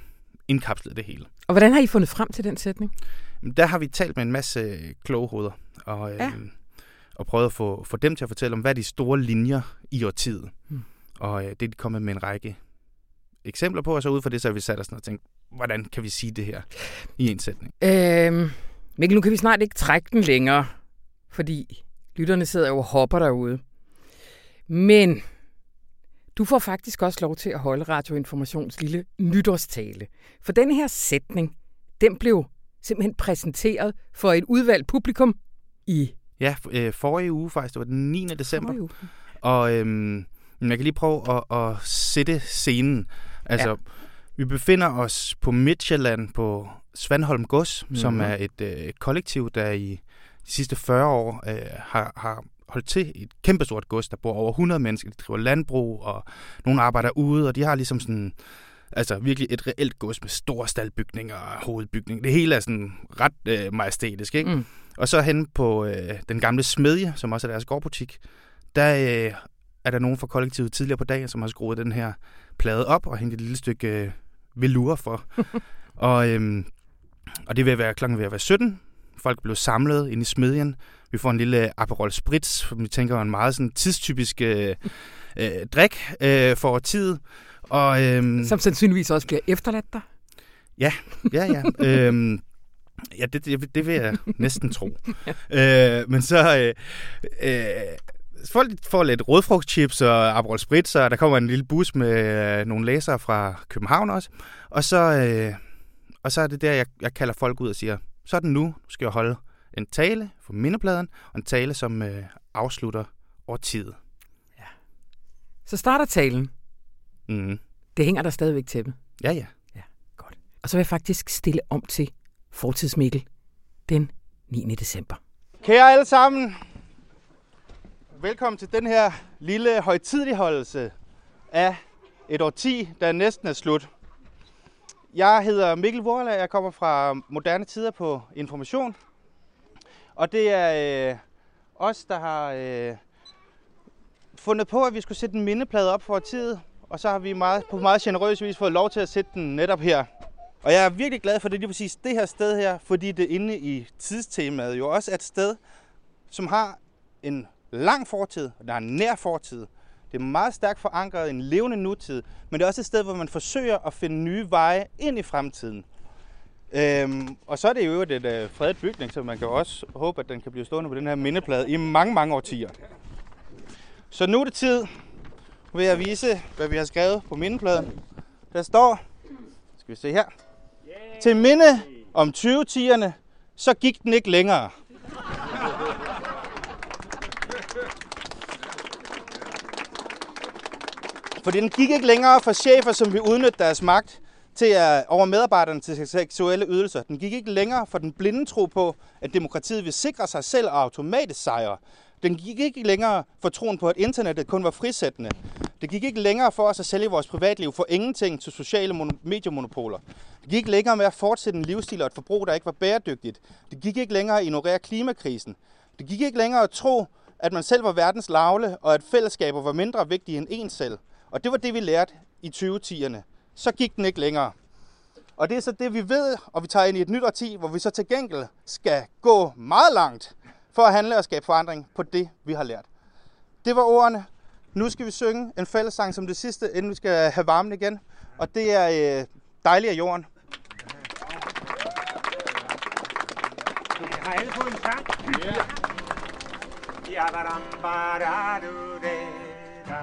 indkapslet det hele. Og hvordan har I fundet frem til den sætning? Der har vi talt med en masse kloge hoveder, og, ja. øh, og prøvet at få, få dem til at fortælle om, hvad er de store linjer i årtiet. Hmm. Og øh, det er de kommet med en række eksempler på, og så ud fra det, så har vi sat os ned og tænkt, hvordan kan vi sige det her i en sætning? Øhm, Mikkel, nu kan vi snart ikke trække den længere, fordi lytterne sidder jo og hopper derude. Men du får faktisk også lov til at holde Radioinformations lille nytårstale. For den her sætning, den blev simpelthen præsenteret for et udvalgt publikum i... Ja, øh, forrige uge faktisk, det var den niende december. Og øhm, jeg kan lige prøve at, at sætte scenen. Altså, ja. Vi befinder os på Midtjylland på Svanholm Gods, mm-hmm. som er et øh, kollektiv, der i de sidste fyrre år øh, har, har holdt til et kæmpestort gods, der bor over hundrede mennesker. De driver landbrug, og nogle arbejder ude, og de har ligesom sådan, altså virkelig et reelt gods med store staldbygninger og hovedbygninger. Det hele er sådan ret øh, majestætisk, ikke? Mm. Og så hen på øh, den gamle smedje, som også er deres gårdbutik, der øh, er der nogen fra kollektivet tidligere på dagen, som har skruet den her plade op og hængt et lille stykke øh, velure for. og, øh, og det vil være klokken ved at være sytten. Folk blev samlet ind i smedjen. Vi får en lille Aperol Spritz, som vi tænker er en meget sådan tidstypisk øh, øh, drik øh, for tid. Og, øh, som sandsynligvis også bliver efterladt der. Ja, ja, ja. øhm, ja, det, det, det vil jeg næsten tro. ja. øh, men så... Øh, øh, folk får lidt rødfrugtchips og Aperol Spritz, og der kommer en lille bus med øh, nogle læsere fra København også. Og så, øh, og så er det der, jeg, jeg kalder folk ud og siger, så er det nu, nu skal jeg holde en tale for mindepladen, og en tale, som øh, afslutter årtiet. Ja. Så starter talen. Mm. Det hænger der stadigvæk tæppet. Ja, ja. Ja, godt. Og så vil jeg faktisk stille om til Fortidsmikkel den niende december. Kære alle sammen, velkommen til den her lille højtideligholdelse af et årti, der næsten er slut. Jeg hedder Mikkel Vorla, jeg kommer fra Moderne Tider på Information. Og det er øh, os, der har øh, fundet på, at vi skulle sætte en mindeplade op for årtiet. Og så har vi meget, på meget generøs vis fået lov til at sætte den netop her. Og jeg er virkelig glad for det lige præcis det her sted her, fordi det inde i tidstemaet jo også er et sted, som har en lang fortid, og der er en nær fortid. Det er meget stærkt forankret i en levende nutid, men det er også et sted, hvor man forsøger at finde nye veje ind i fremtiden. Øhm, og så er det jo et uh, fredet bygning, så man kan også håbe, at den kan blive stående på den her mindeplade i mange, mange årtier. Så nu er det tid, vil jeg vise, hvad vi har skrevet på mindepladen. Der står, skal vi se her, til minde om tyve-tierne, så gik den ikke længere. Fordi den gik ikke længere for chefer, som vil udnytte deres magt til at, over medarbejderne til seksuelle ydelser. Den gik ikke længere for den blinde tro på, at demokratiet vil sikre sig selv og automatisk sejre. Den gik ikke længere for troen på, at internettet kun var frisættende. Det gik ikke længere for os at sælge vores privatliv for ingenting til sociale mon- mediemonopoler. Det gik ikke længere med at fortsætte en livsstil og et forbrug, der ikke var bæredygtigt. Det gik ikke længere at ignorere klimakrisen. Det gik ikke længere at tro, at man selv var verdens lavle, og at fællesskaber var mindre vigtige end en selv. Og det var det, vi lærte i tyve-tierne. Så gik den ikke længere. Og det er så det, vi ved, og vi tager ind i et nyt årti, hvor vi så til gengæld skal gå meget langt for at handle og skabe forandring på det, vi har lært. Det var ordene. Nu skal vi synge en fællessang som det sidste, inden vi skal have varmen igen. Og det er øh, Dejlig af jorden. Har alle fået en sang? Ja. Ja, badam, badadu, da, da.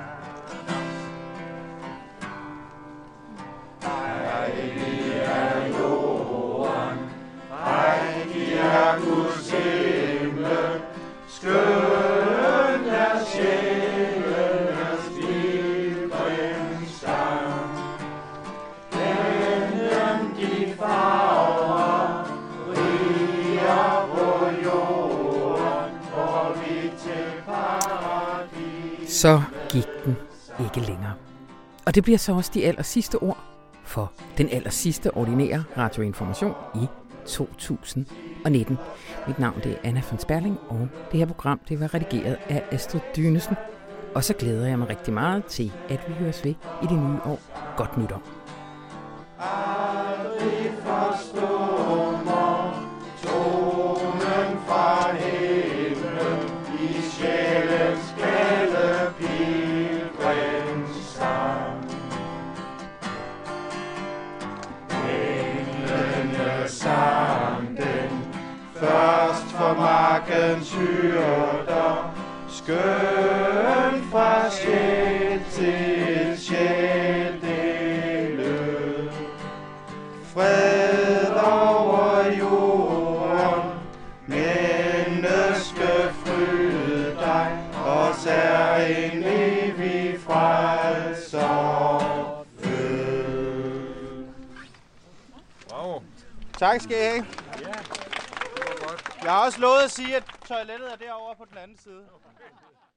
Dejlig er jorden, dejlig er Guds himmel, skøn er sjælenes livsbringstang. Gennem de farver, riger på jorden, går vi til paradis. Så gik den ikke længere. Og det bliver så også de aller sidste ord for den aller sidste ordinære radioinformation i to tusind nitten. Mit navn det er Anna von Sperling, og det her program det var redigeret af Astrid Dynesen. Og så glæder jeg mig rigtig meget til, at vi høres ved i det nye år. Godt nytår. eventyr, skøn fra sjæl til sjæl, det lød. Fred over jorden, menneske fryd dig, os er en evig frelser født. Wow. Tak skal I have. Jeg har også lovet at sige, at toilettet er derovre på den anden side.